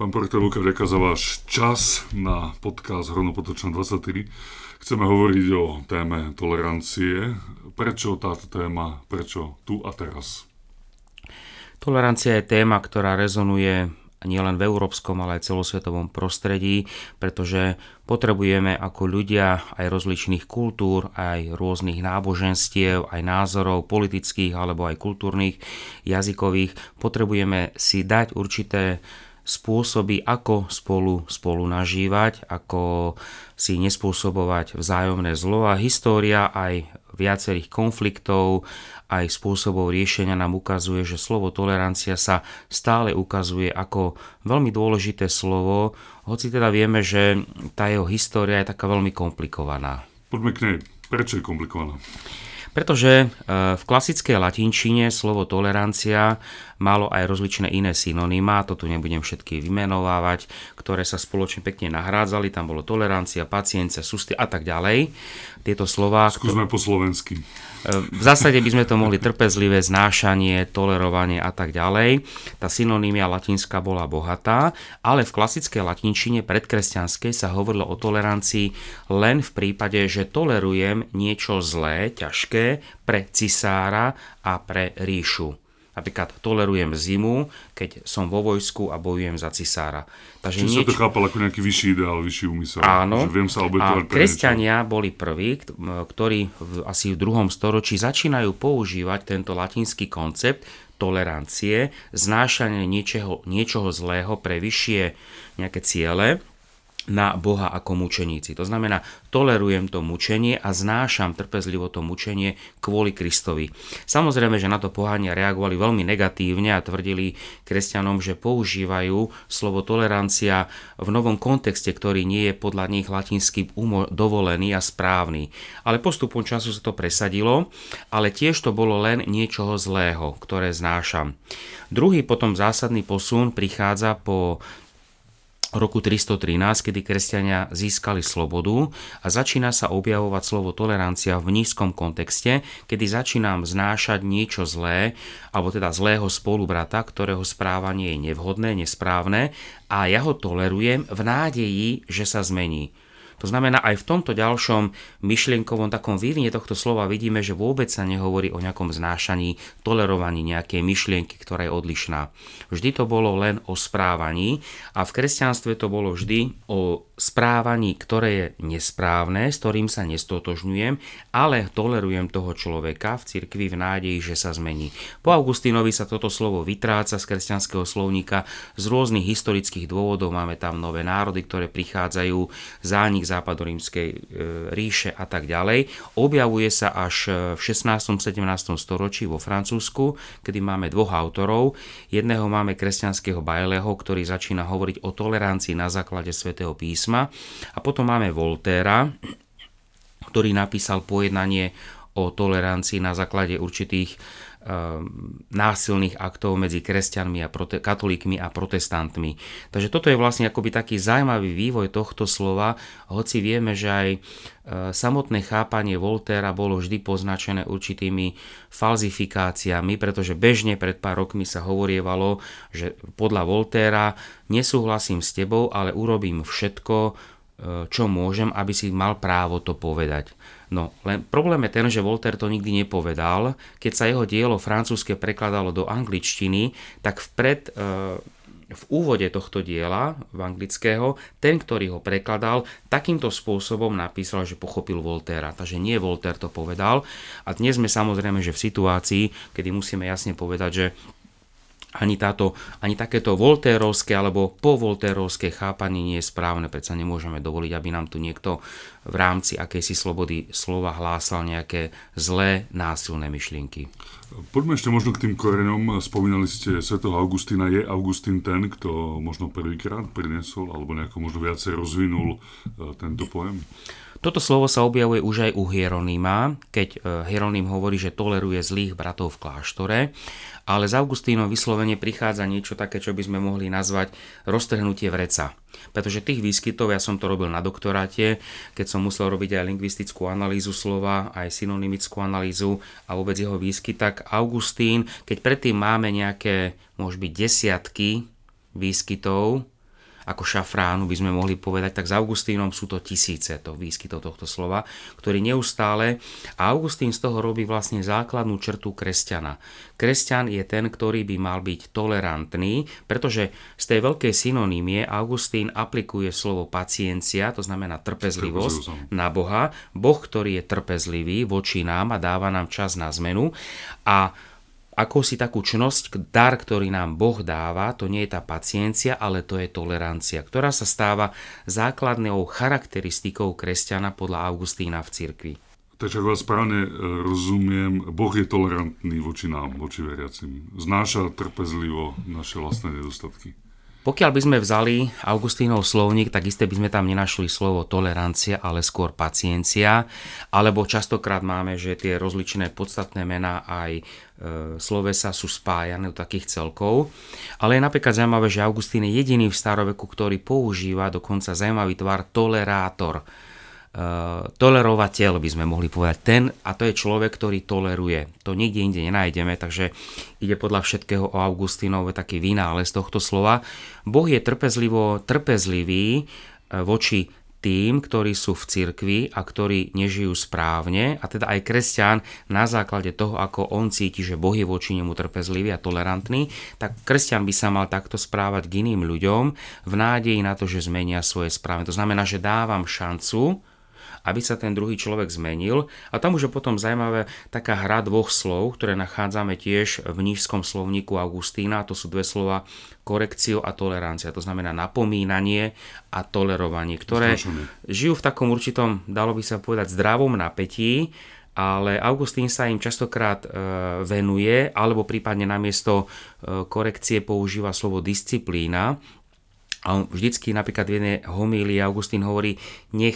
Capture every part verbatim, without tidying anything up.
Pán profesor Lukáš, ďakujem za váš čas na podcast Hornopotočná dvadsaťtri. Chceme hovoriť o téme tolerancie. Prečo táto téma? Prečo tu a teraz? Tolerancia je téma, ktorá rezonuje nielen v európskom, ale aj celosvetovom prostredí, pretože potrebujeme ako ľudia aj rozličných kultúr, aj rôznych náboženstiev, aj názorov politických alebo aj kultúrnych, jazykových, potrebujeme si dať určité spôsoby, ako spolu spolu nažívať, ako si nespôsobovať vzájomné zlo, a história aj viacerých konfliktov, aj spôsobov riešenia nám ukazuje, že slovo tolerancia sa stále ukazuje ako veľmi dôležité slovo, hoci teda vieme, že tá jeho história je taká veľmi komplikovaná. Poďme k nej. Prečo je komplikovaná? Pretože v klasickej latinčine slovo tolerancia malo aj rozličné iné synonymá, to tu nebudem všetky vymenovávať, ktoré sa spoločne pekne nahrádzali, tam bolo tolerancia, paciencia, sústy a tak ďalej. Tieto slová... Skúsme po slovensky. V zásade by sme to mohli trpezlivé, znášanie, tolerovanie a tak ďalej. Tá synonymia latinská bola bohatá, ale v klasickej latinčine predkresťanskej sa hovorilo o tolerancii len v prípade, že tolerujem niečo zlé, ťažké pre cisára a pre ríšu. Napríklad tolerujem zimu, keď som vo vojsku a bojujem za cisára. Takže Čiže nieč... sa to chápal ako nejaký vyšší ideál, vyšší úmysel. Áno. Že viem sa obetovať a kresťania boli prví, ktorí v, asi v druhom storočí začínajú používať tento latinský koncept tolerancie, znášanie niečoho, niečoho zlého pre vyššie nejaké ciele na Boha ako mučeníci. To znamená, tolerujem to mučenie a znášam trpezlivo to mučenie kvôli Kristovi. Samozrejme, že na to pohania reagovali veľmi negatívne a tvrdili kresťanom, že používajú slovo tolerancia v novom kontexte, ktorý nie je podľa nich latinsky dovolený a správny. Ale postupom času sa to presadilo, ale tiež to bolo len niečoho zlého, ktoré znášam. Druhý potom zásadný posun prichádza po roku tristotrinásť, kedy kresťania získali slobodu a začína sa objavovať slovo tolerancia v nízkom kontexte, kedy začínam znášať niečo zlé, alebo teda zlého spolubrata, ktorého správanie je nevhodné, nesprávne, a ja ho tolerujem v nádeji, že sa zmení. To znamená, aj v tomto ďalšom myšlienkovom takom vývine tohto slova vidíme, že vôbec sa nehovorí o nejakom znášaní, tolerovaní nejakej myšlienky, ktorá je odlišná. Vždy to bolo len o správaní a v kresťanstve to bolo vždy o správaní, ktoré je nesprávne, s ktorým sa nestotožňujem, ale tolerujem toho človeka v cirkvi v nádeji, že sa zmení. Po Augustínovi sa toto slovo vytráca z kresťanského slovníka z rôznych historických dôvodov. Máme tam nové národy, ktoré prichádzajú, zánik západorímskej ríše a tak ďalej. Objavuje sa až v šestnástom sedemnástom storočí vo Francúzsku, kedy máme dvoch autorov. Jedného máme kresťanského Bailleho, ktorý začína hovoriť o tolerancii na základe svätého písma. A potom máme Voltaira, ktorý napísal pojednanie o tolerancii na základe určitých násilných aktov medzi kresťanmi a prote- katolíkmi a protestantmi. Takže toto je vlastne akoby taký zaujímavý vývoj tohto slova, hoci vieme, že aj samotné chápanie Voltaira bolo vždy poznačené určitými falzifikáciami, pretože bežne pred pár rokmi sa hovorievalo, že podľa Voltaira nesúhlasím s tebou, ale urobím všetko, čo môžem, aby si mal právo to povedať. No, len problém je ten, že Voltaire to nikdy nepovedal. Keď sa jeho dielo francúzske prekladalo do angličtiny, tak vpred e, v úvode tohto diela v anglického, ten, ktorý ho prekladal, takýmto spôsobom napísal, že pochopil Voltaira. Takže nie Voltaire to povedal. A dnes sme samozrejme, že v situácii, kedy musíme jasne povedať, že ani, táto, ani takéto voltairovské alebo povoltairovské chápanie nie je správne, predsa nemôžeme dovoliť, aby nám tu niekto v rámci akejsi slobody slova hlásal nejaké zlé, násilné myšlienky. Poďme ešte možno k tým koreňom. Spomínali ste svätého Augustína. Je Augustín ten, kto možno prvýkrát priniesol alebo nejako možno viacej rozvinul tento pojem? Toto slovo sa objavuje už aj u Hieronýma, keď Hieroným hovorí, že toleruje zlých bratov v kláštore, ale s Augustínom vyslovene prichádza niečo také, čo by sme mohli nazvať roztrhnutie vreca. Pretože tých výskytov, ja som to robil na doktoráte, keď som musel robiť aj lingvistickú analýzu slova, aj synonymickú analýzu a vôbec jeho výskyt, tak Augustín, keď predtým máme nejaké, môže byť desiatky výskytov, ako šafránu by sme mohli povedať, tak s Augustínom sú to tisíce to výskytov tohto slova, ktorý neustále, a Augustín z toho robí vlastne základnú črtu kresťana. Kresťan je ten, ktorý by mal byť tolerantný, pretože z tej veľkej synonymie Augustín aplikuje slovo paciencia, to znamená trpezlivosť, na Boha. Boh, ktorý je trpezlivý voči nám a dáva nám čas na zmenu, a akousi takú čnosť, dar, ktorý nám Boh dáva, to nie je tá paciencia, ale to je tolerancia, ktorá sa stáva základnou charakteristikou kresťana podľa Augustína v cirkvi. Takže ak vás správne rozumiem, Boh je tolerantný voči nám, voči veriacim. Znáša trpezlivo naše vlastné nedostatky. Pokiaľ by sme vzali Augustínov slovník, tak isté by sme tam nenašli slovo tolerancia, ale skôr paciencia, alebo častokrát máme, že tie rozličné podstatné mená aj e, slovesa sú spájané do takých celkov. Ale je napríklad zaujímavé, že Augustín je jediný v staroveku, ktorý používa dokonca zaujímavý tvar tolerátor. Uh, tolerovateľ by sme mohli povedať, ten, a to je človek, ktorý toleruje. To nikde inde nenájdeme, takže ide podľa všetkého o Augustínove taký vynález tohto slova. Boh je trpezlivo trpezlivý voči tým, ktorí sú v cirkvi a ktorí nežijú správne, a teda aj kresťan na základe toho, ako on cíti, že Boh je voči nemu trpezlivý a tolerantný, tak kresťan by sa mal takto správať k iným ľuďom v nádeji na to, že zmenia svoje správanie. To znamená, že dávam šancu, aby sa ten druhý človek zmenil. A tam už je potom zaujímavé taká hra dvoch slov, ktoré nachádzame tiež v nížskom slovníku Augustína. To sú dve slova korekcio a tolerancia. To znamená napomínanie a tolerovanie, ktoré Zdračené. žijú v takom určitom, dalo by sa povedať, zdravom napätí, ale Augustín sa im častokrát e, venuje, alebo prípadne namiesto e, korekcie používa slovo disciplína. A on vždycky napríklad v jednej homílii Augustín hovorí, nech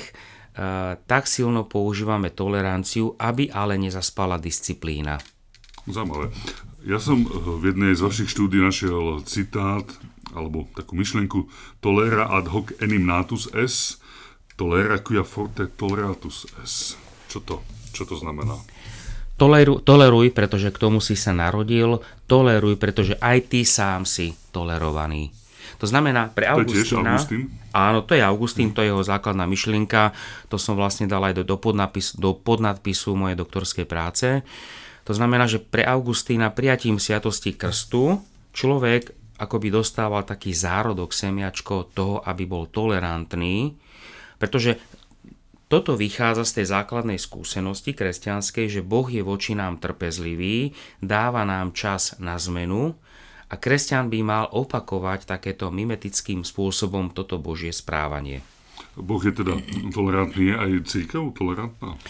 tak silno používame toleranciu, aby ale nezaspala disciplína. Zaujímavé. Ja som v jednej z vašich štúdí našiel citát, alebo takú myšlenku, tolera ad hoc enim natus es, tolera quia forte toleratus es. Čo to? Čo to znamená? Toleruj, toleruj, pretože k tomu si sa narodil, toleruj, pretože aj ty sám si tolerovaný. To znamená, pre Augustína, áno, to je Augustín, to je jeho základná myšlienka, to som vlastne dal aj do, do, podnadpis, do podnadpisu mojej doktorskej práce. To znamená, že pre Augustína prijatím sviatosti krstu človek akoby dostával taký zárodok, semiačko toho, aby bol tolerantný, pretože toto vychádza z tej základnej skúsenosti kresťanskej, že Boh je voči nám trpezlivý, dáva nám čas na zmenu, a kresťan by mal opakovať takéto mimetickým spôsobom toto Božie správanie. Boh je teda tolerantný, je aj cirkev tolerantná? E,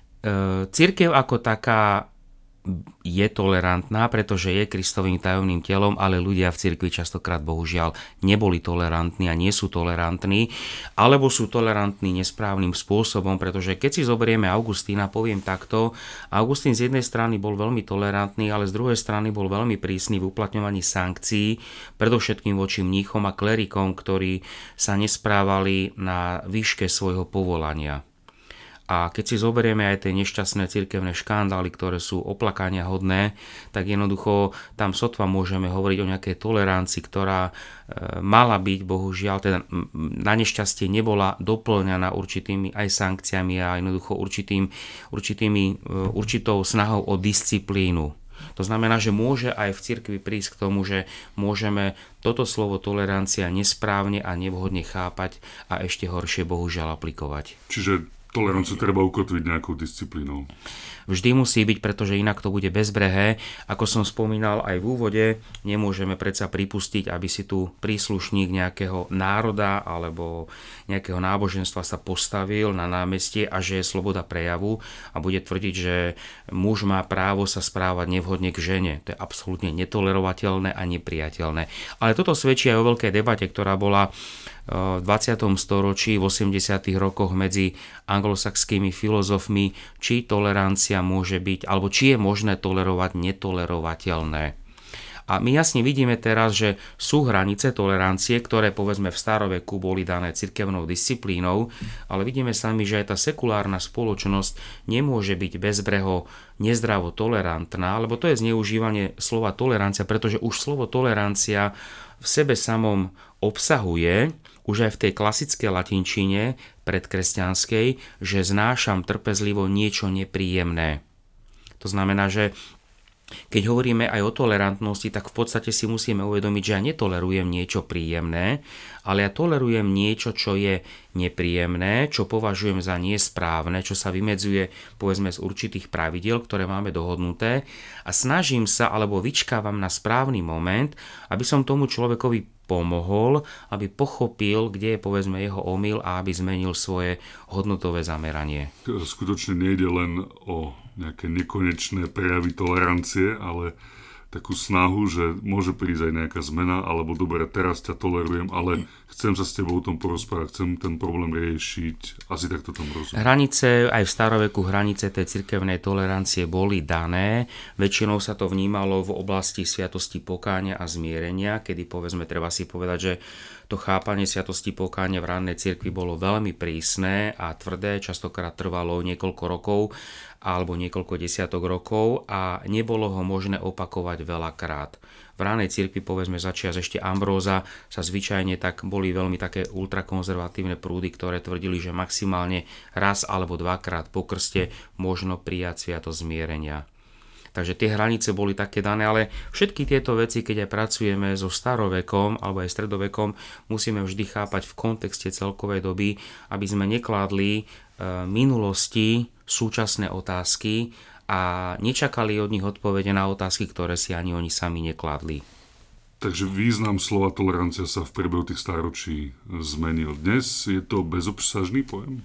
cirkev ako taká je tolerantná, pretože je Kristovým tajomným telom, ale ľudia v cirkvi častokrát bohužiaľ neboli tolerantní a nie sú tolerantní, alebo sú tolerantní nesprávnym spôsobom, pretože keď si zoberieme Augustína, poviem takto, Augustín z jednej strany bol veľmi tolerantný, ale z druhej strany bol veľmi prísny v uplatňovaní sankcií, predovšetkým voči mníchom a klerikom, ktorí sa nesprávali na výške svojho povolania. A keď si zoberieme aj tie nešťastné cirkevné škandály, ktoré sú oplakania hodné, tak jednoducho tam sotva môžeme hovoriť o nejakej tolerancii, ktorá e, mala byť, bohužiaľ, teda na nešťastie nebola doplňaná určitými aj sankciami a jednoducho určitým, určitými, e, určitou snahou o disciplínu. To znamená, že môže aj v cirkvi prísť k tomu, že môžeme toto slovo tolerancia nesprávne a nevhodne chápať a ešte horšie bohužiaľ aplikovať. Čiže toleranciu treba ukotviť nejakou disciplínou. Vždy musí byť, pretože inak to bude bezbrehé. Ako som spomínal aj v úvode, nemôžeme predsa pripustiť, aby si tu príslušník nejakého národa alebo nejakého náboženstva sa postavil na námestie a že je sloboda prejavu a bude tvrdiť, že muž má právo sa správať nevhodne k žene. To je absolútne netolerovateľné a nepriateľné. Ale toto svedčí aj o veľkej debate, ktorá bola v dvadsiatom storočí, v osemdesiatych rokoch medzi anglosaskými filozofmi, či tolerancia môže byť, alebo či je možné tolerovať netolerovateľné. A my jasne vidíme teraz, že sú hranice tolerancie, ktoré povedzme v staroveku boli dané cirkevnou disciplínou, ale vidíme sami, že aj tá sekulárna spoločnosť nemôže byť bezbreho nezdravo tolerantná, lebo to je zneužívanie slova tolerancia, pretože už slovo tolerancia v sebe samom obsahuje už aj v tej klasickej latinčine predkresťanskej, že znášam trpezlivo niečo nepríjemné. To znamená, že keď hovoríme aj o tolerantnosti, tak v podstate si musíme uvedomiť, že ja netolerujem niečo príjemné, ale ja tolerujem niečo, čo je nepríjemné, čo považujem za nesprávne, čo sa vymedzuje povedzme z určitých pravidiel, ktoré máme dohodnuté a snažím sa alebo vyčkávam na správny moment, aby som tomu človekovi pomohol, aby pochopil, kde je povedzme jeho omyl a aby zmenil svoje hodnotové zameranie. Skutočne nejde len o nejaké nekonečné prejavy tolerancie, ale takú snahu, že môže prísť aj nejaká zmena, alebo dobre, teraz ťa tolerujem, ale chcem sa s tebou o tom porozprávať, chcem ten problém riešiť. Asi takto tomu rozumiem. Hranice, aj v staroveku hranice tej cirkevnej tolerancie boli dané. Väčšinou sa to vnímalo v oblasti sviatosti pokánia a zmierenia, kedy povedzme, treba si povedať, že to chápanie sviatosti pokánia v rannej cirkvi bolo veľmi prísne a tvrdé, častokrát trvalo niekoľko rokov alebo niekoľko desiatok rokov a nebolo ho možné opakovať veľakrát. V ranej cirkvi, povedzme začias ešte Ambróza, sa zvyčajne tak boli veľmi také ultrakonzervatívne prúdy, ktoré tvrdili, že maximálne raz alebo dvakrát po krste možno prijať sviatosť zmierenia. Takže tie hranice boli také dané, ale všetky tieto veci, keď aj pracujeme so starovekom alebo aj stredovekom, musíme vždy chápať v kontexte celkovej doby, aby sme nekládli e, minulosti súčasné otázky a nečakali od nich odpovede na otázky, ktoré si ani oni sami nekládli. Takže význam slova tolerancia sa v priebehu tých stáročí zmenil. Dnes je to bezobsažný pojem?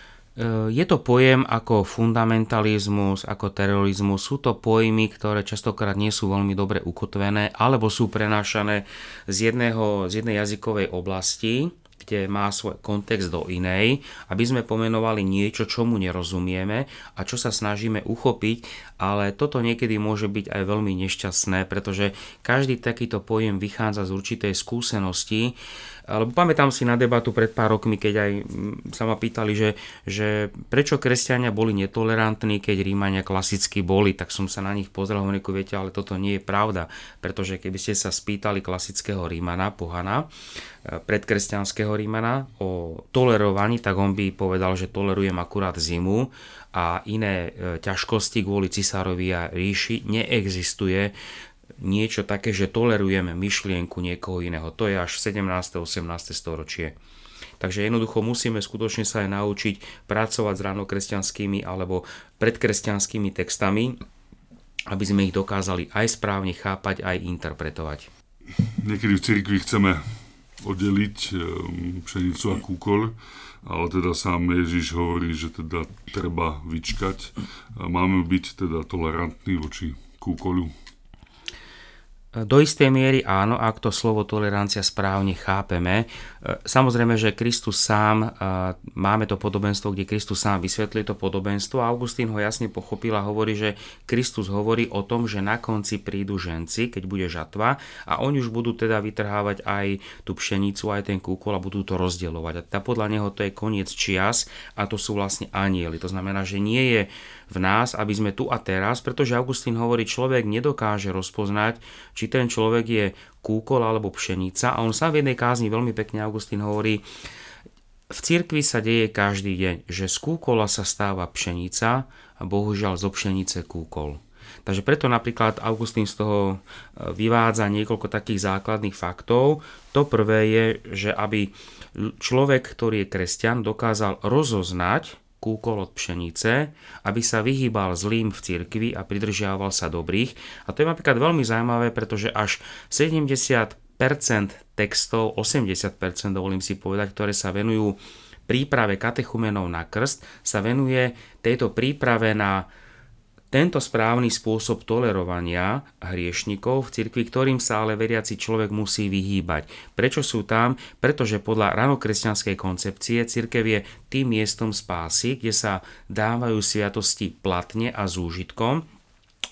Je to pojem ako fundamentalizmus, ako terorizmus. Sú to pojmy, ktoré častokrát nie sú veľmi dobre ukotvené, alebo sú prenášané z, jedného, z jednej jazykovej oblasti, kde má svoj kontext do inej, aby sme pomenovali niečo, čomu nerozumieme a čo sa snažíme uchopiť, ale toto niekedy môže byť aj veľmi nešťastné, pretože každý takýto pojem vychádza z určitej skúsenosti. Lebo pamätám si na debatu pred pár rokmi, keď aj sa ma pýtali, že, že prečo kresťania boli netolerantní, keď Rímania klasicky boli, tak som sa na nich pozrel, hovorím, viete, ale toto nie je pravda, pretože keby ste sa spýtali klasického Rímana, pohana, predkresťanského Rímana o tolerovaní, tak on by povedal, že tolerujem akurát zimu a iné ťažkosti kvôli cisárovi a ríši neexistuje niečo také, že tolerujeme myšlienku niekoho iného. To je až sedemnáste osemnáste storočie. Takže jednoducho musíme skutočne sa aj naučiť pracovať s ránokresťanskými alebo predkresťanskými textami, aby sme ich dokázali aj správne chápať, aj interpretovať. Niekedy v cirkvi chceme oddeliť pšenicu a kúkoľ, ale teda sám Ježiš hovorí, že teda treba vyčkať. Máme byť teda tolerantní voči kúkoľu. Do istej miery áno, ak to slovo tolerancia správne chápeme. Samozrejme, že Kristus sám, máme to podobenstvo, kde Kristus sám vysvetlí to podobenstvo a Augustín ho jasne pochopil a hovorí, že Kristus hovorí o tom, že na konci prídu ženci, keď bude žatva a oni už budú teda vytrhávať aj tú pšenicu, aj ten kúkol a budú to rozdielovať. A teda podľa neho to je koniec čias a to sú vlastne anjeli. To znamená, že nie je v nás, aby sme tu a teraz, pretože Augustín hovorí, človek nedokáže rozpoznať, či ten človek je kúkol alebo pšenica. A on sám v jednej kázni veľmi pekne Augustín hovorí, v cirkvi sa deje každý deň, že z kúkola sa stáva pšenica a bohužiaľ zo pšenice kúkol. Takže preto napríklad Augustín z toho vyvádza niekoľko takých základných faktov. To prvé je, že aby človek, ktorý je kresťan, dokázal rozoznať kúkol od pšenice, aby sa vyhýbal zlým v cirkvi a pridržiaval sa dobrých. A to je napríklad veľmi zaujímavé, pretože až sedemdesiat percent textov, osemdesiat percent dovolím si povedať, ktoré sa venujú príprave katechumenov na krst, sa venuje tejto príprave na tento správny spôsob tolerovania hriešnikov v cirkvi, ktorým sa ale veriaci človek musí vyhýbať. Prečo sú tam? Pretože podľa ranokresťanskej koncepcie cirkev je tým miestom spásy, kde sa dávajú sviatosti platne a s úžitkom.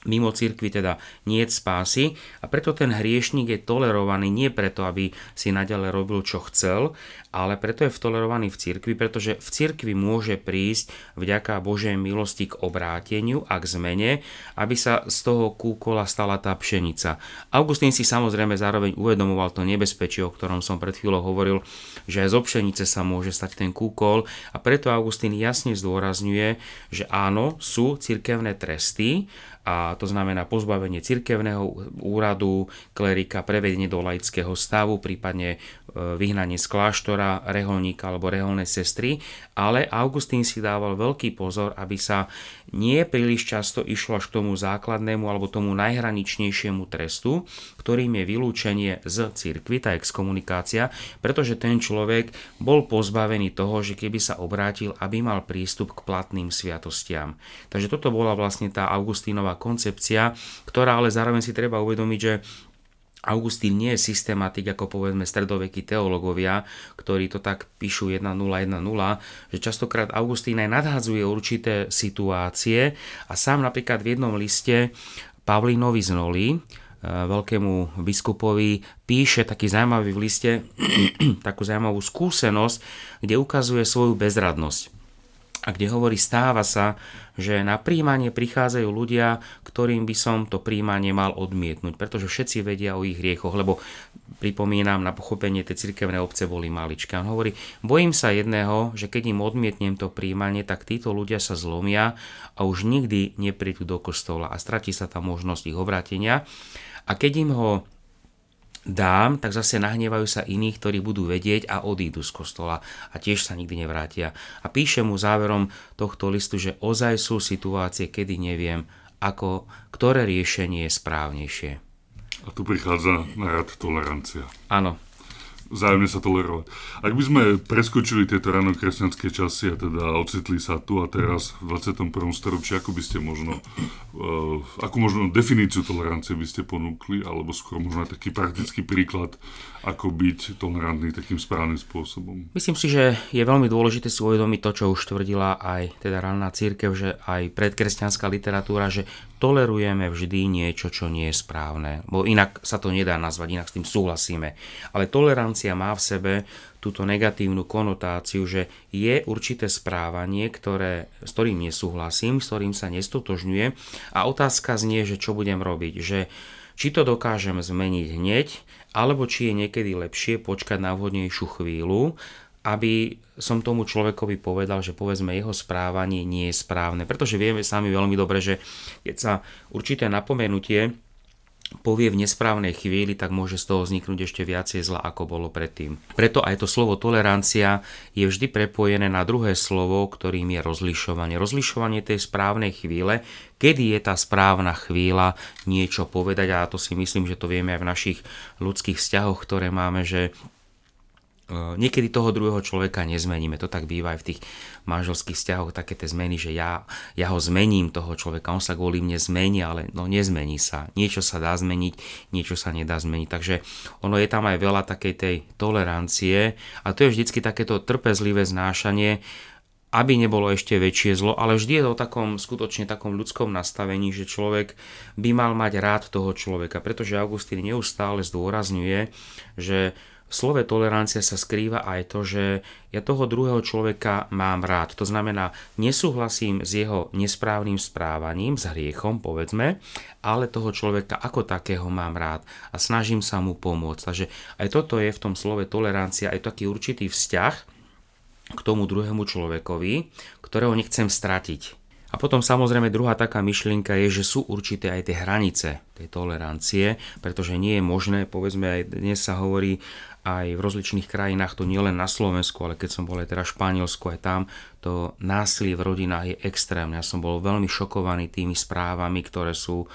Mimo cirkvi teda nie je spásy a preto ten hriešnik je tolerovaný nie preto, aby si naďalej robil, čo chcel, ale preto je tolerovaný v cirkvi, pretože v cirkvi môže prísť vďaka Božej milosti k obráteniu a k zmene, aby sa z toho kúkola stala tá pšenica. Augustín si samozrejme zároveň uvedomoval to nebezpečie, o ktorom som pred chvíľou hovoril, že aj zo pšenice sa môže stať ten kúkol a preto Augustín jasne zdôrazňuje, že áno, sú cirkevné tresty, a to znamená pozbavenie cirkevného úradu, klerika, prevedenie do laického stavu, prípadne vyhnanie z kláštora, reholníka alebo reholnej sestry, ale Augustín si dával veľký pozor, aby sa nie príliš často išlo až k tomu základnému alebo tomu najhraničnejšiemu trestu, ktorým je vylúčenie z cirkvi, tá exkomunikácia, pretože ten človek bol pozbavený toho, že keby sa obrátil, aby mal prístup k platným sviatostiam. Takže toto bola vlastne tá Augustínova koncepcia, ktorá ale zároveň si treba uvedomiť, že Augustín nie je systematik, ako povedzme stredovekí teológovia, ktorí to tak píšu jeden nula jeden nula, že častokrát Augustín aj nadhadzuje určité situácie a sám napríklad v jednom liste Pavlínovi z Noli, veľkému biskupovi, píše taký zaujímavý v liste, takú zaujímavú skúsenosť, kde ukazuje svoju bezradnosť. A kde hovorí, stáva sa, že na príjmanie prichádzajú ľudia, ktorým by som to príjmanie mal odmietnúť, pretože všetci vedia o ich hriechoch, lebo pripomínam, na pochopenie, tie cirkevné obce boli maličké. On hovorí, bojím sa jedného, že keď im odmietnem to príjmanie, tak títo ľudia sa zlomia a už nikdy neprídu do kostola a stratí sa tá možnosť ich obrátenia. A keď im ho dám, tak zase nahnevajú sa iní, ktorí budú vedieť a odídu z kostola a tiež sa nikdy nevrátia. A píše mu záverom tohto listu, že ozaj sú situácie, kedy neviem, ako, ktoré riešenie je správnejšie. A tu prichádza na rad tolerancia. Áno. Vzájomne sa tolerovať. Ak by sme preskočili tieto ranokresťanské časy a teda ocitli sa tu a teraz v dvadsiatom prvom storočí, ako by ste možno, uh, akú možno definíciu tolerancie by ste ponúkli, alebo skôr možno taký praktický príklad, ako byť tolerantný takým správnym spôsobom? Myslím si, že je veľmi dôležité si uvedomiť to, čo už tvrdila aj teda raná cirkev, že aj predkresťanská literatúra, že tolerujeme vždy niečo, čo nie je správne. Bo inak sa to nedá nazvať, inak s tým súhlasíme. Ale tolerancia má v sebe túto negatívnu konotáciu, že je určité správanie, ktoré, s ktorým nesúhlasím, s ktorým sa nestotožňuje a otázka znie, že čo budem robiť, že či to dokážem zmeniť hneď, alebo či je niekedy lepšie počkať na vhodnejšiu chvíľu, aby som tomu človekovi povedal, že povedzme jeho správanie nie je správne. Pretože vieme sami veľmi dobre, že keď sa určité napomenutie povie v nesprávnej chvíli, tak môže z toho vzniknúť ešte viacej zla, ako bolo predtým. Preto aj to slovo tolerancia je vždy prepojené na druhé slovo, ktorým je rozlišovanie. Rozlišovanie tej správnej chvíle, kedy je tá správna chvíľa niečo povedať, a to si myslím, že to vieme aj v našich ľudských vzťahoch, ktoré máme, že niekedy toho druhého človeka nezmeníme. To tak býva aj v tých manželských vzťahoch, také tie zmeny, že ja, ja ho zmením, toho človeka, on sa kvôli mne zmení, ale no nezmení sa. Niečo sa dá zmeniť, niečo sa nedá zmeniť. Takže ono je tam aj veľa takej tej tolerancie a to je vždycky takéto trpezlivé znášanie, aby nebolo ešte väčšie zlo, ale vždy je to o takom skutočne takom ľudskom nastavení, že človek by mal mať rád toho človeka, pretože Augustín neustále zdôrazňuje, že v slove tolerancia sa skrýva aj to, že ja toho druhého človeka mám rád. To znamená, nesúhlasím s jeho nesprávnym správaním, s hriechom, povedzme, ale toho človeka ako takého mám rád a snažím sa mu pomôcť. Takže aj toto je v tom slove tolerancia, aj taký určitý vzťah k tomu druhému človekovi, ktorého nechcem stratiť. A potom samozrejme druhá taká myšlienka je, že sú určité aj tie hranice tej tolerancie, pretože nie je možné, povedzme aj dnes sa hovorí aj v rozličných krajinách, to nie len na Slovensku, ale keď som bol aj teraz v Španielsku, aj tam to násilie v rodinách je extrémne. Ja som bol veľmi šokovaný tými správami, ktoré sú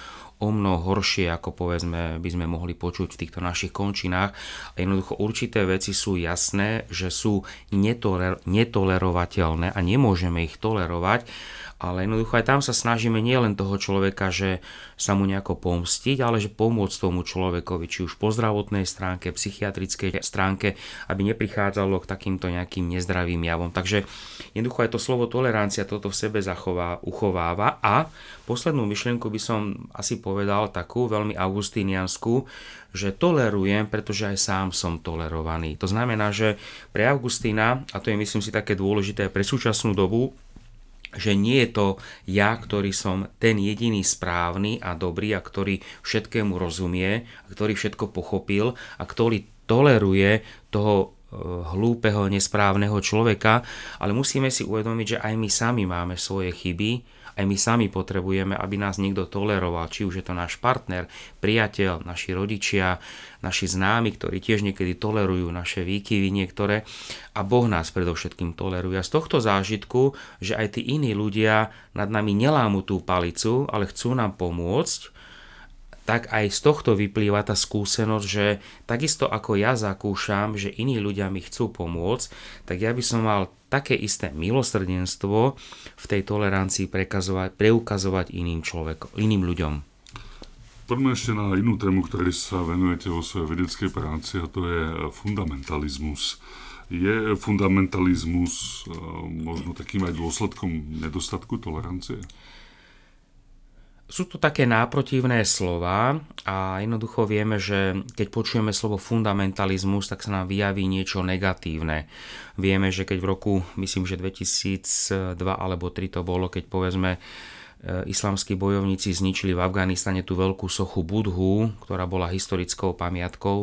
o mnoho horšie, ako povedzme by sme mohli počuť v týchto našich končinách. A jednoducho určité veci sú jasné, že sú netoler- netolerovateľné a nemôžeme ich tolerovať, ale jednoducho aj tam sa snažíme nielen toho človeka, že sa mu nejako pomstiť, ale že pomôcť tomu človekovi, či už po zdravotnej stránke, psychiatrickej stránke, aby neprichádzalo k takýmto nejakým nezdravým javom. Takže jednoducho aj to slovo tolerancia toto v sebe zachová, uchováva. A poslednú myšlienku by som asi povedal takú veľmi augustíniansku, že tolerujem, pretože aj sám som tolerovaný. To znamená, že pre Augustína, a to je myslím si také dôležité pre súčasnú dobu, že nie je to ja, ktorý som ten jediný správny a dobrý a ktorý všetkému rozumie, a ktorý všetko pochopil a ktorý toleruje toho hlúpeho, nesprávneho človeka, ale musíme si uvedomiť, že aj my sami máme svoje chyby, aj my sami potrebujeme, aby nás niekto toleroval, či už je to náš partner, priateľ, naši rodičia, naši známi, ktorí tiež niekedy tolerujú naše výkyvy niektoré a Boh nás predovšetkým toleruje. A z tohto zážitku, že aj tí iní ľudia nad nami nelámu tú palicu, ale chcú nám pomôcť, tak aj z tohto vyplýva tá skúsenosť, že takisto ako ja zakúšam, že iní ľudia mi chcú pomôcť, tak ja by som mal také isté milosrdenstvo v tej tolerancii prekazovať, preukazovať iným človekom, iným ľuďom. Poďme ešte na inú tému, ktorej sa venujete vo svojej vedeckej práci, a to je fundamentalizmus. Je fundamentalizmus možno takým aj dôsledkom nedostatku tolerancie? Sú to také náprotivné slová a jednoducho vieme, že keď počujeme slovo fundamentalizmus, tak sa nám vyjaví niečo negatívne. Vieme, že keď v roku, myslím, že dvetisícdva alebo tri to bolo, keď povedzme islamskí bojovníci zničili v Afganistane tú veľkú sochu Budhu, ktorá bola historickou pamiatkou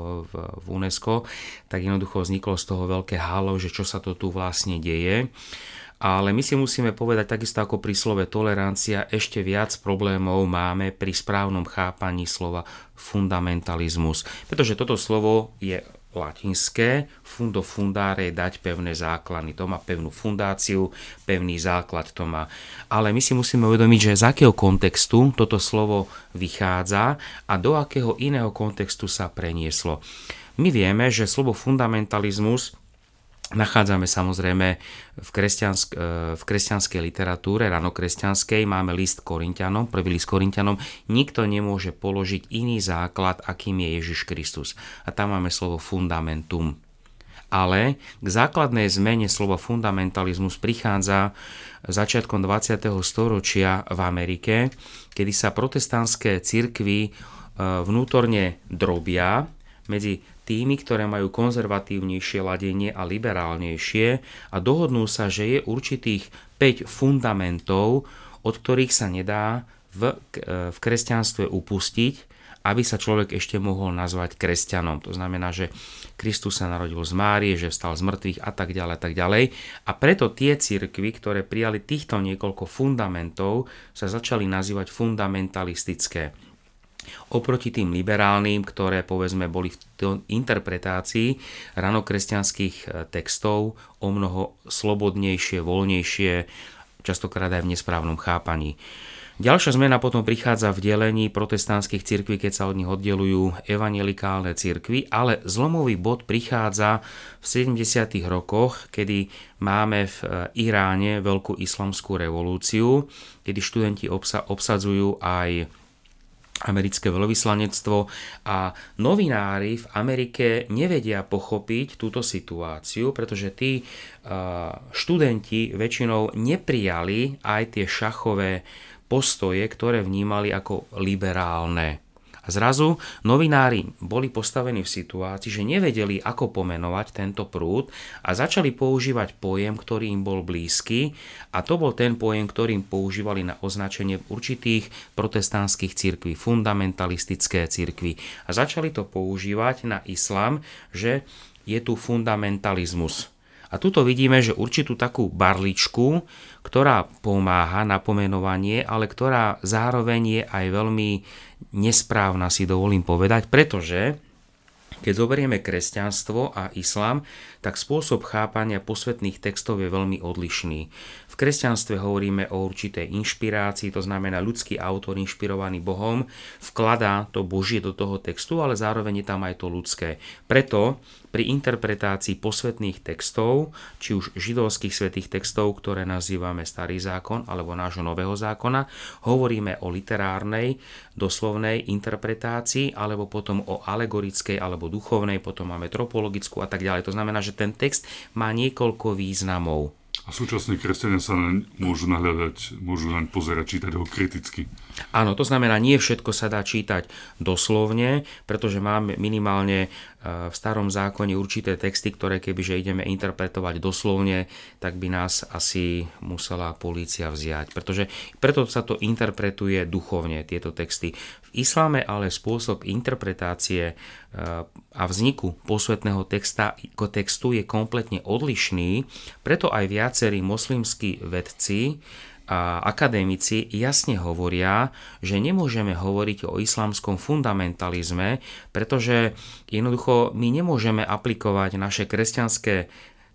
v UNESCO, tak jednoducho vzniklo z toho veľké halo, že čo sa to tu vlastne deje. Ale my si musíme povedať, takisto ako pri slove tolerancia, ešte viac problémov máme pri správnom chápaní slova fundamentalizmus. Pretože toto slovo je latinské, fundo fundare, dať pevné základy. To má pevnú fundáciu, pevný základ to má. Ale my si musíme uvedomiť, že z akého kontextu toto slovo vychádza a do akého iného kontextu sa prenieslo. My vieme, že slovo fundamentalizmus nachádzame samozrejme v, kresťansk- v kresťanskej literatúre, ranokresťanskej, máme list Korinťanom, prvý list Korinťanom, nikto nemôže položiť iný základ, akým je Ježiš Kristus. A tam máme slovo fundamentum. Ale k základnej zmene slova fundamentalizmus prichádza začiatkom dvadsiateho storočia v Amerike, kedy sa protestantské cirkvi vnútorne drobia medzi tými, ktoré majú konzervatívnejšie ladenie a liberálnejšie a dohodnú sa, že je určitých päť fundamentov, od ktorých sa nedá v, v kresťanstve upustiť, aby sa človek ešte mohol nazvať kresťanom. To znamená, že Kristus sa narodil z Márie, že vstal z mŕtvych a tak ďalej, a tak ďalej. A preto tie cirkvi, ktoré prijali týchto niekoľko fundamentov, sa začali nazývať fundamentalistické. Oproti tým liberálnym, ktoré povedzme boli v interpretácii ranokresťanských textov o mnoho slobodnejšie, voľnejšie, častokrát aj v nesprávnom chápaní. Ďalšia zmena potom prichádza v delení protestantských cirkví, keď sa od nich oddelujú evanjelikálne cirkvi, ale zlomový bod prichádza v sedemdesiatych rokoch, kedy máme v Iráne veľkú islamskú revolúciu, kedy študenti obsa- obsadzujú aj americké veľvyslanectvo a novinári v Amerike nevedia pochopiť túto situáciu, pretože tí študenti väčšinou neprijali aj tie šachové postoje, ktoré vnímali ako liberálne. A zrazu novinári boli postavení v situácii, že nevedeli, ako pomenovať tento prúd a začali používať pojem, ktorý im bol blízky, a to bol ten pojem, ktorý im používali na označenie určitých protestantských cirkví, fundamentalistické cirkvi. A začali to používať na islám, že je tu fundamentalizmus. A tuto vidíme, že určitú takú barličku, ktorá pomáha na pomenovanie, ale ktorá zároveň je aj veľmi nesprávna, si dovolím povedať, pretože Keď zoberieme kresťanstvo a islám, tak spôsob chápania posvätných textov je veľmi odlišný. V kresťanstve hovoríme o určitej inšpirácii, to znamená ľudský autor inšpirovaný Bohom vkladá to Božie do toho textu, ale zároveň je tam aj to ľudské. Preto pri interpretácii posvätných textov, či už židovských svätých textov, ktoré nazývame Starý zákon alebo nášho Nového zákona, hovoríme o literárnej, doslovnej interpretácii, alebo potom o alegorickej alebo duchovnej, potom máme tropologickú a tak ďalej. To znamená, že ten text má niekoľko významov. A súčasní kresťania sa naň môžu nahľadať, môžu naň pozerať, čítať ho kriticky. Áno, to znamená, nie všetko sa dá čítať doslovne, pretože máme minimálne v Starom zákone určité texty, ktoré kebyže ideme interpretovať doslovne, tak by nás asi musela polícia vziať. Pretože preto sa to interpretuje duchovne, tieto texty. V islame ale spôsob interpretácie a vzniku posvätného texta, textu je kompletne odlišný, preto aj viacerí moslimskí vedci a akademici jasne hovoria, že nemôžeme hovoriť o islamskom fundamentalizme, pretože jednoducho my nemôžeme aplikovať naše kresťanské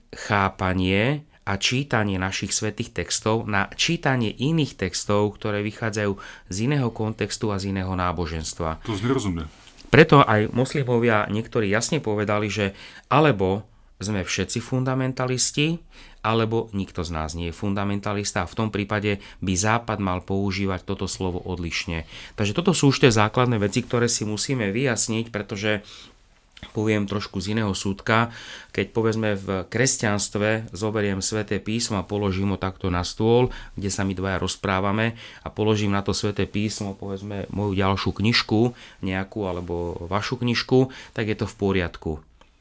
chápanie a čítanie našich svätých textov na čítanie iných textov, ktoré vychádzajú z iného kontextu a z iného náboženstva. To nerozumie. Preto aj moslimovia niektorí jasne povedali, že alebo sme všetci fundamentalisti, alebo nikto z nás nie je fundamentalista a v tom prípade by Západ mal používať toto slovo odlišne. Takže toto sú už tie základné veci, ktoré si musíme vyjasniť, pretože poviem trošku z iného súdka, keď povedzme v kresťanstve zoberiem Sväté písmo a položím ho takto na stôl, kde sa my dvaja rozprávame a položím na to Sväté písmo, povedzme moju ďalšiu knižku, nejakú alebo vašu knižku, tak je to v poriadku.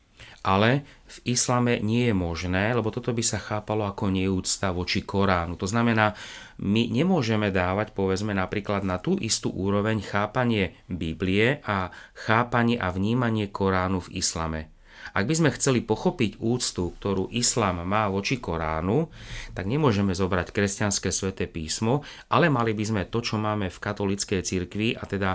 Ale v islame nie je možné, lebo toto by sa chápalo ako neúcta voči Koránu. To znamená, my nemôžeme dávať, povedzme, napríklad na tú istú úroveň chápanie Biblie a chápanie a vnímanie Koránu v islame. Ak by sme chceli pochopiť úctu, ktorú islám má voči Koránu, tak nemôžeme zobrať kresťanské sväté písmo, ale mali by sme to, čo máme v katolíckej cirkvi, a teda e,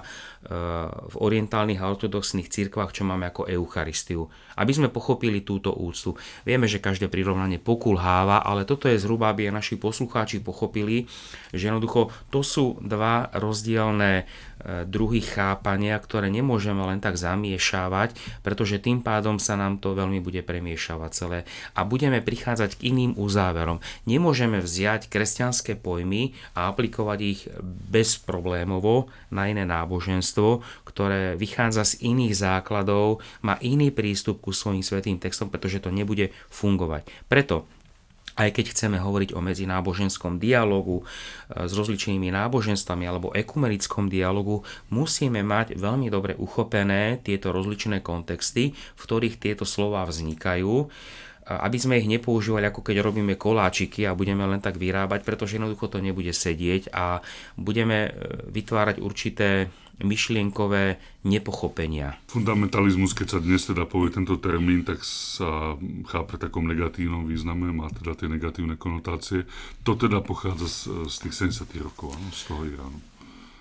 v orientálnych a ortodoxných cirkvách, čo máme ako Eucharistiu. Aby sme pochopili túto úctu. Vieme, že každé prirovnanie pokulháva, ale toto je zhruba, aby aj naši poslucháči pochopili, že jednoducho to sú dva rozdielne druhy chápania, ktoré nemôžeme len tak zamiešavať, pretože tým pádom sa nám to veľmi bude premiešavať celé a budeme prichádzať k iným uzáverom. Nemôžeme vziať kresťanské pojmy a aplikovať ich bezproblémovo na iné náboženstvo, ktoré vychádza z iných základov, má iný prístup ku svojim svätým textom, pretože to nebude fungovať. Preto aj keď chceme hovoriť o medzináboženskom dialogu s rozličnými náboženstvami alebo ekumenickom dialogu, musíme mať veľmi dobre uchopené tieto rozličné kontexty, v ktorých tieto slová vznikajú, aby sme ich nepoužívali ako keď robíme koláčiky a budeme len tak vyrábať, pretože jednoducho to nebude sedieť a budeme vytvárať určité myšlienkové nepochopenia. Fundamentalizmus, keď sa dnes teda povie tento termín, tak sa chápe v takom negatívnom význame, má teda tie negatívne konotácie. To teda pochádza z, z tých sedemdesiatych rokov, áno, z toho Iránu. E,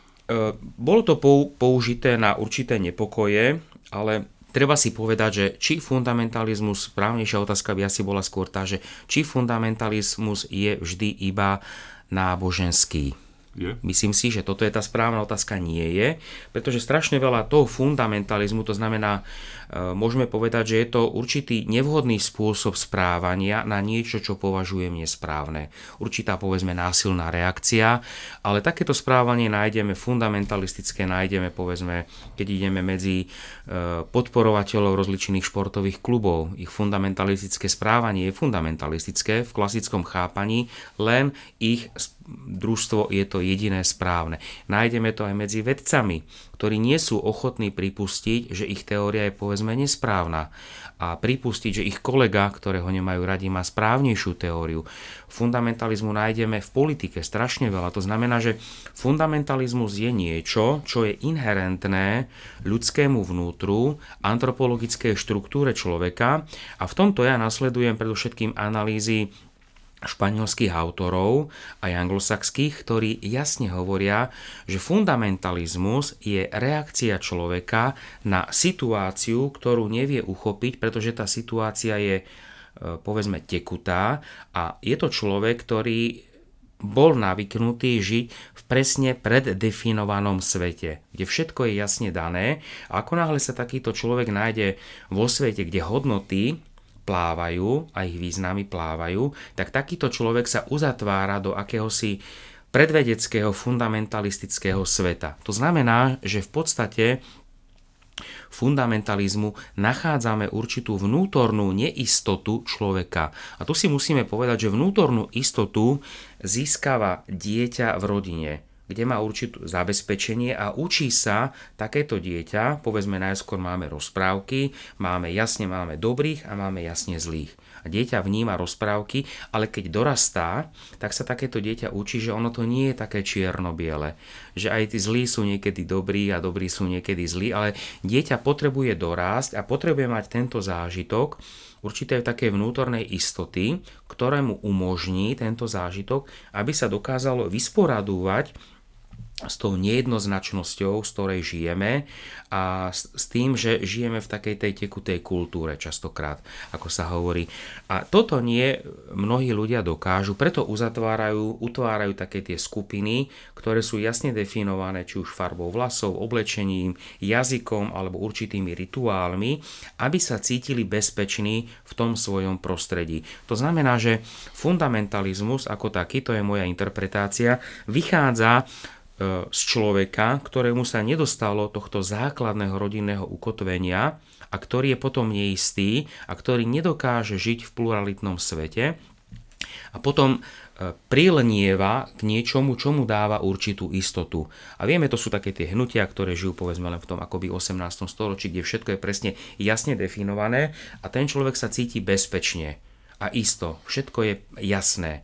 bolo to použité na určité nepokoje, ale treba si povedať, že či fundamentalizmus, správnejšia otázka by asi bola skôr tá, že či fundamentalizmus je vždy iba náboženský. Je? Myslím si, že toto je tá správna otázka, nie je, pretože strašne veľa toho fundamentalizmu, to znamená, môžeme povedať, že je to určitý nevhodný spôsob správania na niečo, čo považujem nesprávne. Určitá, povedzme, násilná reakcia, ale takéto správanie nájdeme fundamentalistické, nájdeme, povedzme, keď ideme medzi podporovateľov rozličných športových klubov. Ich fundamentalistické správanie je fundamentalistické v klasickom chápaní, len ich družstvo je to jediné správne. Nájdeme to aj medzi vedcami, ktorí nie sú ochotní pripustiť, že ich teória je povedzme nesprávna a pripustiť, že ich kolega, ktorého nemajú radi, má správnejšiu teóriu. Fundamentalizmu nájdeme v politike strašne veľa. To znamená, že fundamentalizmus je niečo, čo je inherentné ľudskému vnútru, antropologickej štruktúre človeka a v tomto ja nasledujem predovšetkým analýzy španielských autorov aj anglosaských, ktorí jasne hovoria, že fundamentalizmus je reakcia človeka na situáciu, ktorú nevie uchopiť, pretože tá situácia je, povedzme, tekutá a je to človek, ktorý bol navyknutý žiť v presne preddefinovanom svete, kde všetko je jasne dané a ako náhle sa takýto človek nájde vo svete, kde hodnoty plávajú a ich významy plávajú, tak takýto človek sa uzatvára do akéhosi predvedeckého fundamentalistického sveta. To znamená, že v podstate fundamentalizmu nachádzame určitú vnútornú neistotu človeka. A tu si musíme povedať, že vnútornú istotu získava dieťa v rodine, kde má určitú zabezpečenie a učí sa takéto dieťa, povedzme najskôr máme rozprávky, máme jasne máme dobrých a máme jasne zlých. A dieťa vníma rozprávky, ale keď dorastá, tak sa takéto dieťa učí, že ono to nie je také čierno-biele. Že aj tí zlí sú niekedy dobrí a dobrí sú niekedy zlí, ale dieťa potrebuje dorásť a potrebuje mať tento zážitok určité také vnútornej istoty, ktorému umožní tento zážitok, aby sa dokázalo vysporadúvať s tou nejednoznačnosťou, z ktorej žijeme a s tým, že žijeme v takej tej tekutej kultúre častokrát, ako sa hovorí. A toto nie mnohí ľudia dokážu, preto uzatvárajú, utvárajú také tie skupiny, ktoré sú jasne definované, či už farbou vlasov, oblečením, jazykom alebo určitými rituálmi, aby sa cítili bezpeční v tom svojom prostredí. To znamená, že fundamentalizmus ako taký, to je moja interpretácia, vychádza z človeka, ktorému sa nedostalo tohto základného rodinného ukotvenia a ktorý je potom neistý a ktorý nedokáže žiť v pluralitnom svete a potom prilnieva k niečomu, čo mu dáva určitú istotu. A vieme, to sú také tie hnutia, ktoré žijú povedzme len v tom akoby osemnástom storočí, kde všetko je presne jasne definované a ten človek sa cíti bezpečne a isto. Všetko je jasné.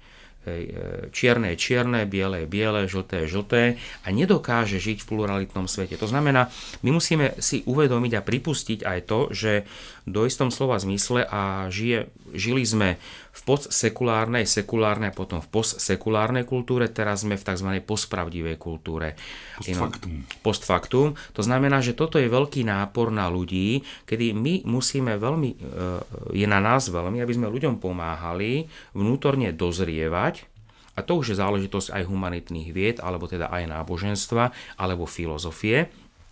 Čierne je čierne, biele je biele, žlté je žlté a nedokáže žiť v pluralitnom svete. To znamená, my musíme si uvedomiť a pripustiť aj to, že do istom slova zmysle a žije, žili sme v postsekulárnej, sekulárnej a potom v postsekulárnej kultúre, teraz sme v tzv. Postpravdivej kultúre. Postfaktum. Postfaktum. To znamená, že toto je veľký nápor na ľudí, kedy my musíme veľmi, je na nás veľmi, aby sme ľuďom pomáhali vnútorne dozrievať. A to už je záležitosť aj humanitných vied, alebo teda aj náboženstva, alebo filozofie,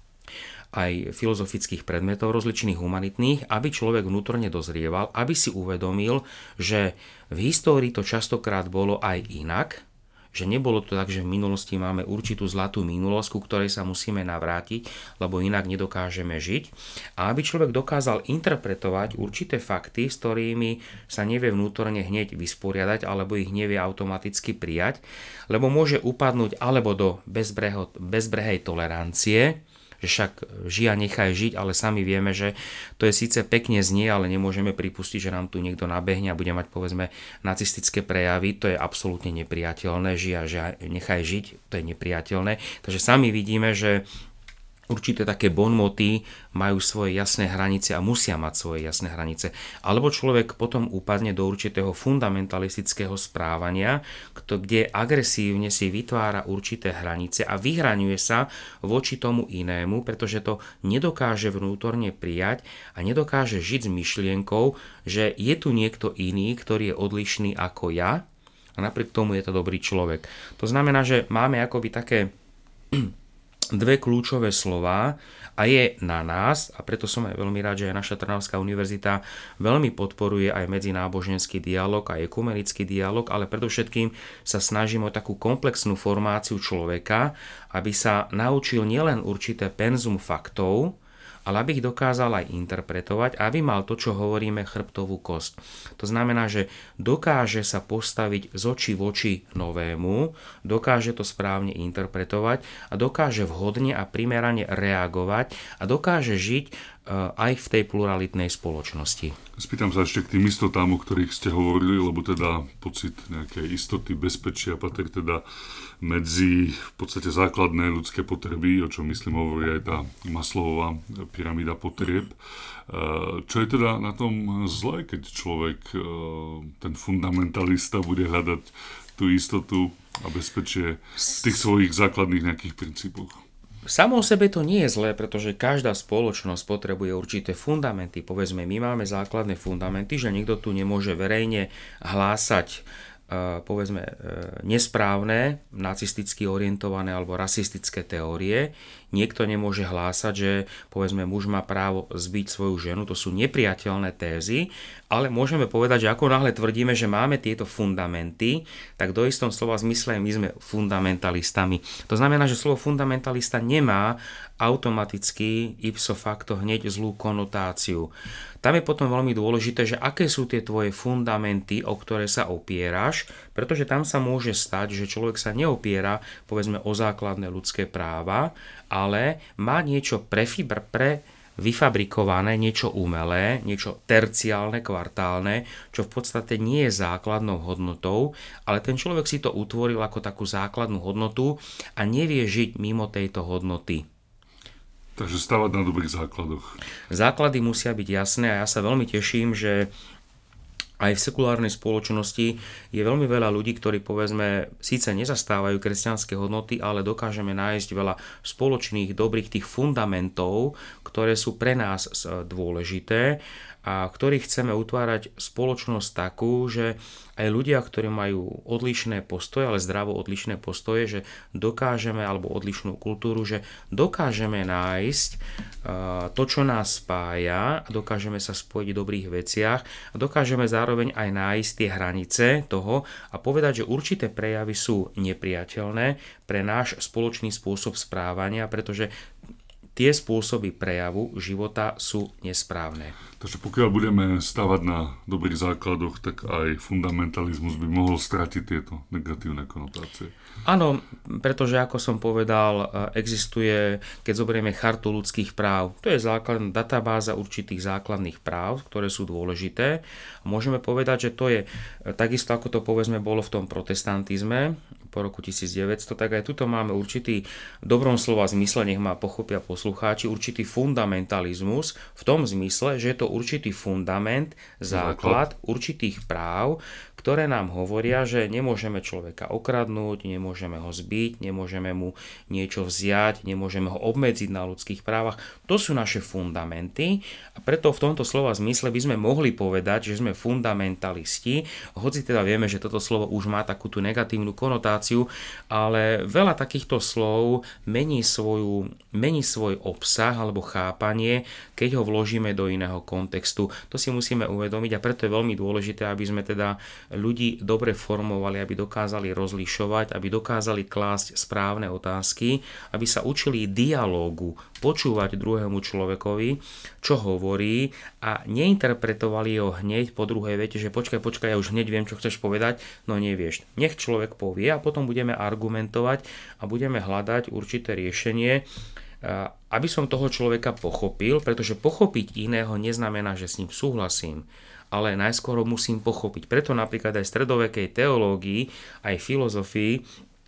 aj filozofických predmetov rozličných humanitných, aby človek vnútorne dozrieval, aby si uvedomil, že v histórii to častokrát bolo aj inak, že nebolo to tak, že v minulosti máme určitú zlatú minulosť, ku ktorej sa musíme navrátiť, lebo inak nedokážeme žiť. A aby človek dokázal interpretovať určité fakty, s ktorými sa nevie vnútorne hneď vysporiadať, alebo ich nevie automaticky prijať, lebo môže upadnúť alebo do bezbreho, bezbrehej tolerancie, že však žij a nechaj žiť, ale sami vieme, že to je síce pekne znie, ale nemôžeme pripustiť, že nám tu niekto nabehne a bude mať povedzme nacistické prejavy, to je absolútne nepriateľné, žij a nechaj žiť, to je nepriateľné. Takže sami vidíme, že určité také bonmoty majú svoje jasné hranice a musia mať svoje jasné hranice. Alebo človek potom upadne do určitého fundamentalistického správania, kde agresívne si vytvára určité hranice a vyhraňuje sa voči tomu inému, pretože to nedokáže vnútorne prijať a nedokáže žiť s myšlienkou, že je tu niekto iný, ktorý je odlišný ako ja a napriek tomu je to dobrý človek. To znamená, že máme akoby také dve kľúčové slová a je na nás, a preto som aj veľmi rád, že aj naša Trnavská univerzita veľmi podporuje aj medzináboženský dialog a ekumenický dialog, ale predovšetkým sa snažíme o takú komplexnú formáciu človeka, aby sa naučil nielen určité penzum faktov, ale aby ich dokázal aj interpretovať, aby mal to, čo hovoríme, chrbtovú kosť. To znamená, že dokáže sa postaviť z očí v oči novému, dokáže to správne interpretovať a dokáže vhodne a primerane reagovať a dokáže žiť aj v tej pluralitnej spoločnosti. Spýtam sa ešte k tým istotám, o ktorých ste hovorili, lebo teda pocit nejakej istoty, bezpečia patrí teda medzi v podstate základné ľudské potreby, o čom myslím hovorí aj tá Maslowová pyramída potrieb. Čo je teda na tom zlé, keď človek, ten fundamentalista, bude hľadať tú istotu a bezpečie v tých svojich základných nejakých princípoch? Samo o sebe to nie je zlé, pretože každá spoločnosť potrebuje určité fundamenty. Povedzme, my máme základné fundamenty, že nikto tu nemôže verejne hlásať povedzme nesprávne, nacisticky orientované alebo rasistické teórie. Niekto nemôže hlásať, že povedzme muž má právo zbiť svoju ženu, to sú nepriateľné tézy, ale môžeme povedať, že ako náhle tvrdíme, že máme tieto fundamenty, tak do istom slova zmysle my sme fundamentalistami. To znamená, že slovo fundamentalista nemá automaticky ipso facto hneď zlú konotáciu. Tam je potom veľmi dôležité, že aké sú tie tvoje fundamenty, o ktoré sa opieraš, pretože tam sa môže stať, že človek sa neopiera povedzme o základné ľudské práva, ale má niečo prefibr, pre vyfabrikované, niečo umelé, niečo terciálne, kvartálne, čo v podstate nie je základnou hodnotou, ale ten človek si to utvoril ako takú základnú hodnotu a nevie žiť mimo tejto hodnoty. Takže stavať na dobrých základoch. Základy musia byť jasné a ja sa veľmi teším, že aj v sekulárnej spoločnosti je veľmi veľa ľudí, ktorí povedzme síce nezastávajú kresťanské hodnoty, ale dokážeme nájsť veľa spoločných, dobrých tých fundamentov, ktoré sú pre nás dôležité a ktorých chceme utvárať spoločnosť takú, že aj ľudia, ktorí majú odlišné postoje, ale zdravo odlišné postoje, že dokážeme, alebo odlišnú kultúru, že dokážeme nájsť to, čo nás spája, dokážeme sa spojiť v dobrých veciach a dokážeme zároveň aj nájsť tie hranice toho a povedať, že určité prejavy sú nepriateľné pre náš spoločný spôsob správania, pretože tie spôsoby prejavu života sú nesprávne. Takže pokiaľ budeme stavať na dobrých základoch, tak aj fundamentalizmus by mohol stratiť tieto negatívne konotácie. Áno, pretože ako som povedal, existuje, keď zoberieme chartu ľudských práv, to je základná databáza určitých základných práv, ktoré sú dôležité. Môžeme povedať, že to je takisto, ako to povedzme bolo v tom protestantizme po roku tisícdeväťsto, tak aj tuto máme určitý, v dobrom slova zmysle, nech ma pochopia poslucháči, určitý fundamentalizmus v tom zmysle, že je to určitý fundament, základ určitých práv, ktoré nám hovoria, že nemôžeme človeka okradnúť, nemôžeme ho zbiť, nemôžeme mu niečo vziať, nemôžeme ho obmedziť na ľudských právach. To sú naše fundamenty a preto v tomto slova zmysle by sme mohli povedať, že sme fundamentalisti, hoci teda vieme, že toto slovo už má takú tú negatívnu konotáciu, ale veľa takýchto slov mení, svoju, mení svoj obsah alebo chápanie, keď ho vložíme do iného kontextu. To si musíme uvedomiť a preto je veľmi dôležité, aby sme teda ľudí dobre formovali, aby dokázali rozlišovať, aby dokázali klásť správne otázky, aby sa učili dialógu, počúvať druhému človekovi, čo hovorí a neinterpretovali ho hneď po druhej vete, že počkaj, počkaj, ja už hneď viem, čo chceš povedať, no nevieš. Nech človek povie a potom budeme argumentovať a budeme hľadať určité riešenie, aby som toho človeka pochopil, pretože pochopiť iného neznamená, že s ním súhlasím, ale najskôr musím pochopiť. Preto napríklad aj v stredovekej teológii, aj filozofii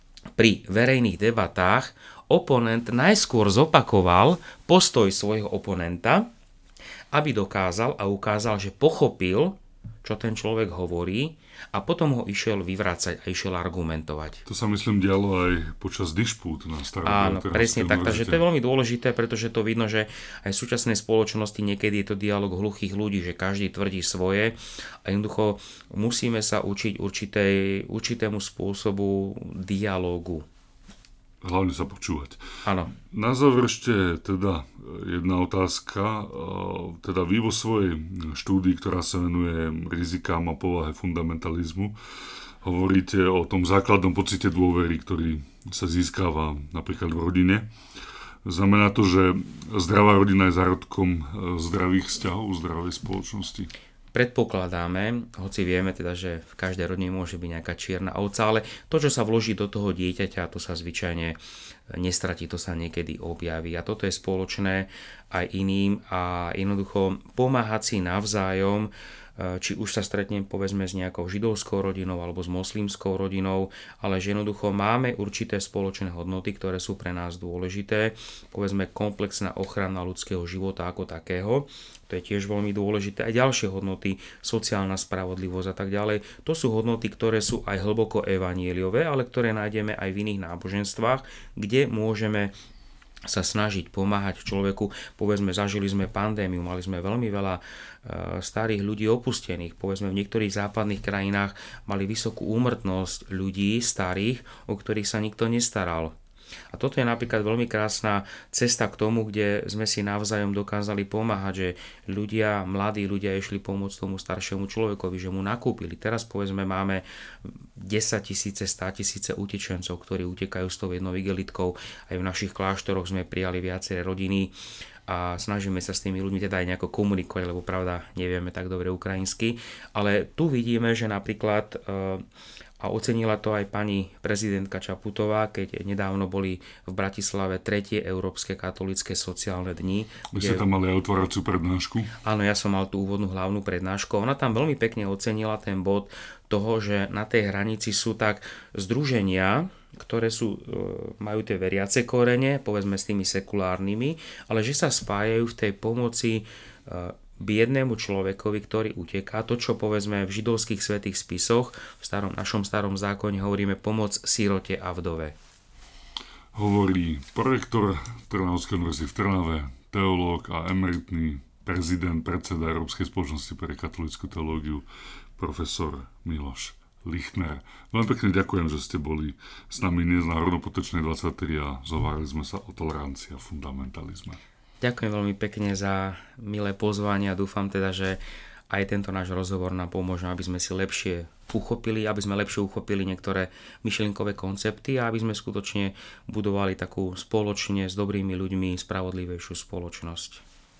pri verejných debatách oponent najskôr zopakoval postoj svojho oponenta, aby dokázal a ukázal, že pochopil, čo ten človek hovorí a potom ho išiel vyvracať a išiel argumentovať. To sa myslím dialo aj počas dišpút na starom. Áno, presne tak. Takže to je veľmi dôležité, pretože to vidno, že aj v súčasnej spoločnosti niekedy je to dialog hluchých ľudí, že každý tvrdí svoje a jednoducho musíme sa učiť určitej, určitému spôsobu dialógu. Hlavne sa počúvať. Áno. Na záver ešte teda jedna otázka. Teda vy vo svojej štúdii, ktorá sa venuje rizikám a povahe fundamentalizmu, hovoríte o tom základnom pocite dôvery, ktorý sa získava napríklad v rodine. Znamená to, že zdravá rodina je zárodkom zdravých vzťahov, zdravej spoločnosti? predpokladáme, hoci vieme teda, že v každej rodine môže byť nejaká čierna ovca, ale to, čo sa vloží do toho dieťaťa, to sa zvyčajne nestratí, to sa niekedy objaví. A toto je spoločné aj iným a jednoducho pomáhať si navzájom, či už sa stretnem povedzme s nejakou židovskou rodinou alebo s moslimskou rodinou, ale že jednoducho máme určité spoločné hodnoty, ktoré sú pre nás dôležité, povedzme komplexná ochrana ľudského života ako takého, to je tiež veľmi dôležité, aj ďalšie hodnoty, sociálna spravodlivosť a tak ďalej, to sú hodnoty, ktoré sú aj hlboko evanjeliové, ale ktoré nájdeme aj v iných náboženstvách, kde môžeme sa snažiť pomáhať človeku. Povedzme, zažili sme pandémiu, mali sme veľmi veľa e, starých ľudí opustených. Povedzme, v niektorých západných krajinách mali vysokú úmrtnosť ľudí starých, o ktorých sa nikto nestaral. A toto je napríklad veľmi krásna cesta k tomu, kde sme si navzájom dokázali pomáhať, že ľudia, mladí ľudia išli pomôcť tomu staršiemu človekovi, že mu nakúpili. Teraz povedzme máme desaťtisíce, státisíce utečencov, ktorí utekajú s tou jednou igelitkou. Aj v našich kláštoroch sme prijali viaceré rodiny a snažíme sa s tými ľuďmi teda aj nejako komunikovať, lebo pravda nevieme tak dobre ukrajinsky. Ale tu vidíme, že napríklad a ocenila to aj pani prezidentka Čaputová, keď nedávno boli v Bratislave tretie Európske katolícke sociálne dni. Vy ste tam mali aj otváraciu prednášku? Áno, ja som mal tú úvodnú hlavnú prednášku. Ona tam veľmi pekne ocenila ten bod toho, že na tej hranici sú tak združenia, ktoré sú, majú tie veriace korene, povedzme s tými sekulárnymi, ale že sa spájajú v tej pomoci biednému človekovi, ktorý uteká. To, čo povedzme v židovských svätých spisoch, v starom, našom starom zákone hovoríme pomoc sirote a vdove. Hovorí prorektor Trnavskej univerzity v Trnave, teológ a emeritný prezident, predseda Európskej spoločnosti pre katolícku teológiu, profesor Miloš Lichtner. Veľmi pekne ďakujem, že ste boli s nami dnes na Rodopotečnej dvadsaťtri a zhovárali sme sa o tolerancii a fundamentalizme. Ďakujem veľmi pekne za milé pozvanie a dúfam teda, že aj tento náš rozhovor nám pomôže, aby sme si lepšie uchopili, aby sme lepšie uchopili niektoré myšlienkové koncepty a aby sme skutočne budovali takú spoločne s dobrými ľuďmi spravodlivejšiu spoločnosť.